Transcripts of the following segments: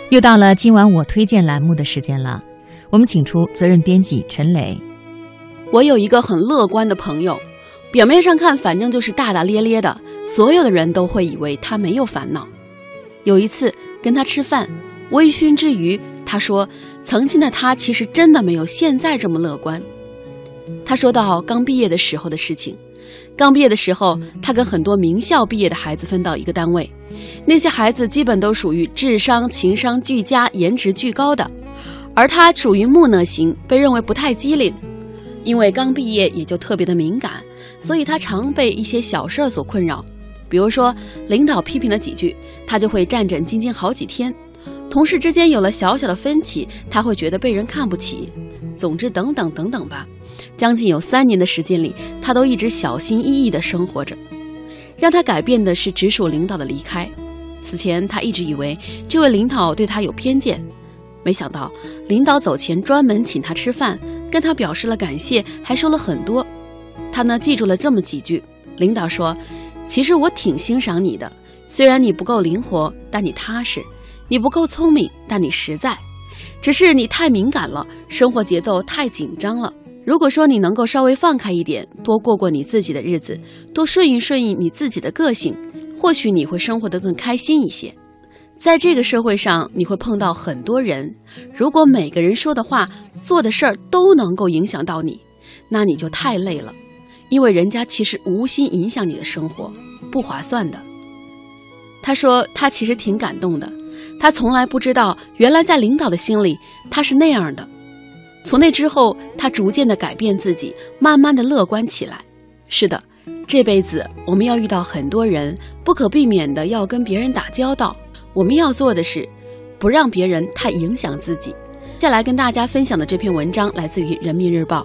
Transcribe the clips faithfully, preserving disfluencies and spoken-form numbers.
又到了今晚我推荐栏目的时间了，我们请出责任编辑陈磊。 我有一个很乐观的朋友，表面上看反正就是大大咧咧的，所有的人都会以为他没有烦恼。有一次跟他吃饭，微醺之余，他说曾经的他其实真的没有现在这么乐观。他说到刚毕业的时候的事情，刚毕业的时候，他跟很多名校毕业的孩子分到一个单位，那些孩子基本都属于智商、情商俱佳、颜值巨高的，而他属于木讷型，被认为不太机灵。因为刚毕业也就特别的敏感，所以他常被一些小事所困扰，比如说领导批评了几句，他就会战战兢兢好几天；同事之间有了小小的分歧，他会觉得被人看不起。总之等等等等吧，将近有三年的时间里，他都一直小心翼翼地生活着。让他改变的是直属领导的离开。此前他一直以为这位领导对他有偏见，没想到领导走前专门请他吃饭，跟他表示了感谢，还说了很多。他呢记住了这么几句，领导说，其实我挺欣赏你的，虽然你不够灵活，但你踏实；你不够聪明，但你实在。只是你太敏感了，生活节奏太紧张了。如果说你能够稍微放开一点，多过过你自己的日子，多顺应顺应你自己的个性，或许你会生活得更开心一些。在这个社会上，你会碰到很多人，如果每个人说的话、做的事儿都能够影响到你，那你就太累了，因为人家其实无心影响你的生活，不划算的。他说他其实挺感动的，他从来不知道原来在领导的心里他是那样的。从那之后，他逐渐地改变自己，慢慢地乐观起来。是的，这辈子我们要遇到很多人，不可避免的要跟别人打交道，我们要做的是不让别人太影响自己。接下来跟大家分享的这篇文章来自于人民日报。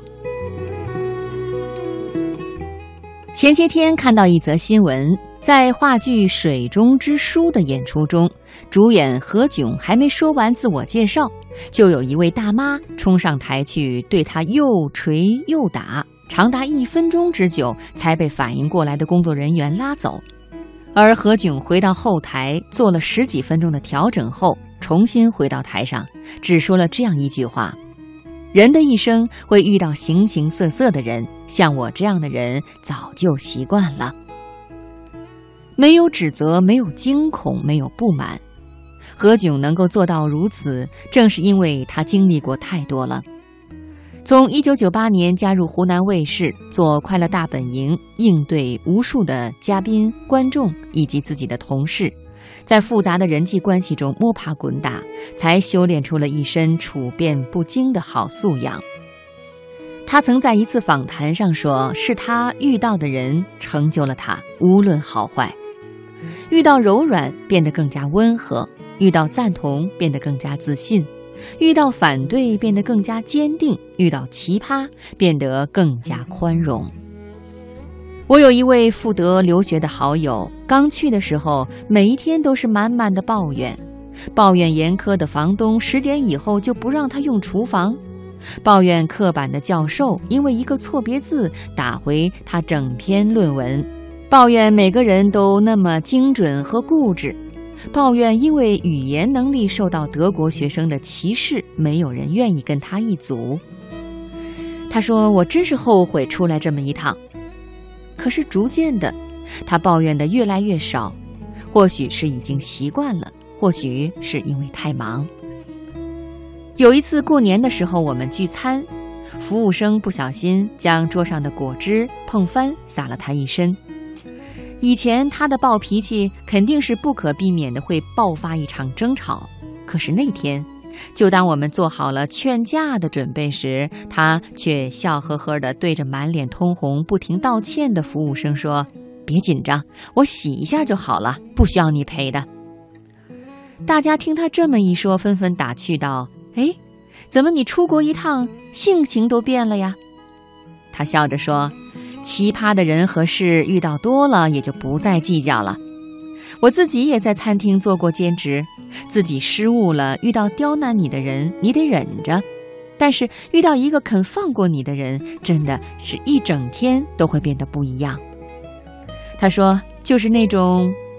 前些天看到一则新闻，在话剧《水中之书》的演出中，主演何炅还没说完自我介绍，就有一位大妈冲上台去对他又捶又打，长达一分钟之久，才被反应过来的工作人员拉走。而何炅回到后台做了十几分钟的调整后，重新回到台上，只说了这样一句话：人的一生会遇到形形色色的人，像我这样的人早就习惯了。没有指责，没有惊恐，没有不满。何炅能够做到如此，正是因为他经历过太多了。从一九九八年加入湖南卫视做《快乐大本营》，应对无数的嘉宾、观众以及自己的同事，在复杂的人际关系中摸爬滚打，才修炼出了一身处变不惊的好素养。他曾在一次访谈上说，是他遇到的人成就了他，无论好坏。遇到柔软变得更加温和，遇到赞同变得更加自信，遇到反对变得更加坚定，遇到奇葩变得更加宽容。我有一位赴德留学的好友，刚去的时候每一天都是满满的抱怨，抱怨严苛的房东十点以后就不让他用厨房，抱怨刻板的教授因为一个错别字打回他整篇论文，抱怨每个人都那么精准和固执，抱怨因为语言能力受到德国学生的歧视，没有人愿意跟他一组。他说，我真是后悔出来这么一趟。可是逐渐的，他抱怨的越来越少，或许是已经习惯了，或许是因为太忙。有一次过年的时候，我们聚餐，服务生不小心将桌上的果汁碰翻，洒了他一身。以前他的暴脾气肯定是不可避免的会爆发一场争吵，可是那天，就当我们做好了劝架的准备时，他却笑呵呵地对着满脸通红不停道歉的服务生说，别紧张，我洗一下就好了，不需要你赔的。大家听他这么一说，纷纷打趣道，哎，怎么你出国一趟性情都变了呀？他笑着说，奇葩的人和事遇到多了，也就不再计较了。我自己也在餐厅做过兼职，自己失误了，遇到刁难你的人，你得忍着；但是遇到一个肯放过你的人，真的是一整天都会变得不一样。他说，就是那种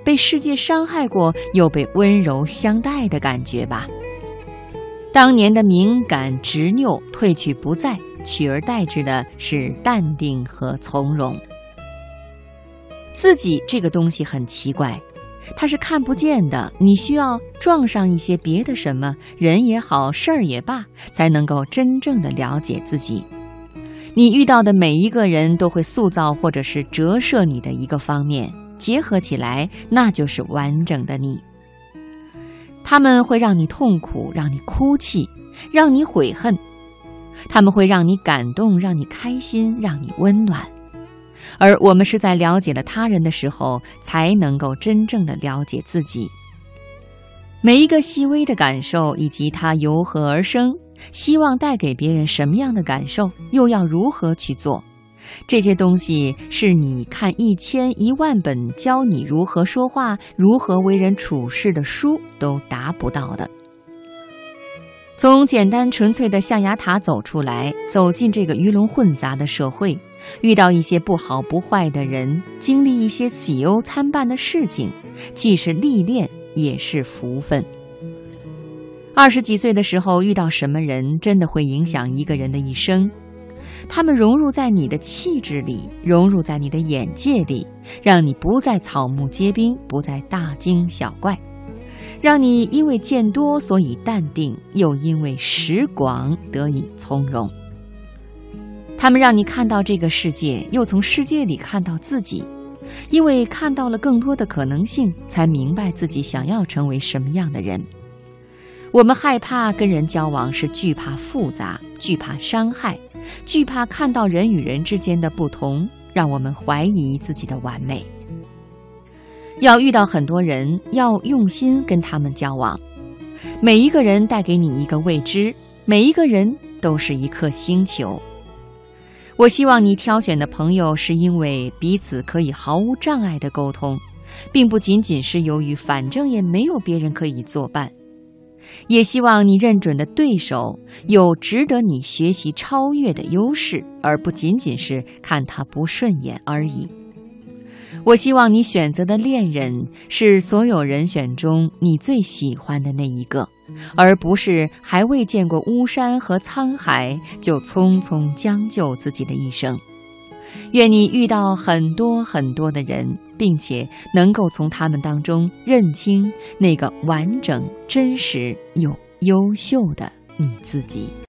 被世界伤害过又被温柔相待的感觉吧。当年的敏感执拗褪去不在，取而代之的是淡定和从容。自己这个东西很奇怪，它是看不见的，你需要撞上一些别的什么，人也好，事儿也罢，才能够真正的了解自己。你遇到的每一个人都会塑造或者是折射你的一个方面，结合起来，那就是完整的你。他们会让你痛苦，让你哭泣，让你悔恨；他们会让你感动，让你开心，让你温暖。而我们是在了解了他人的时候，才能够真正的了解自己。每一个细微的感受以及它由何而生，希望带给别人什么样的感受，又要如何去做，这些东西是你看一千一万本教你如何说话、如何为人处事的书都达不到的。从简单纯粹的象牙塔走出来，走进这个鱼龙混杂的社会，遇到一些不好不坏的人，经历一些喜忧参半的事情，既是历练，也是福分。二十几岁的时候遇到什么人，真的会影响一个人的一生。他们融入在你的气质里，融入在你的眼界里，让你不再草木皆兵，不再大惊小怪，让你因为见多所以淡定，又因为识广得以从容。他们让你看到这个世界，又从世界里看到自己，因为看到了更多的可能性，才明白自己想要成为什么样的人。我们害怕跟人交往，是惧怕复杂，惧怕伤害，惧怕看到人与人之间的不同，让我们怀疑自己的完美。要遇到很多人，要用心跟他们交往。每一个人带给你一个未知，每一个人都是一颗星球。我希望你挑选的朋友是因为彼此可以毫无障碍的沟通，并不仅仅是由于反正也没有别人可以作伴。也希望你认准的对手有值得你学习超越的优势，而不仅仅是看他不顺眼而已。我希望你选择的恋人是所有人选中你最喜欢的那一个，而不是还未见过巫山和沧海就匆匆将就自己的一生。愿你遇到很多很多的人，并且能够从他们当中认清那个完整、真实又优秀的你自己。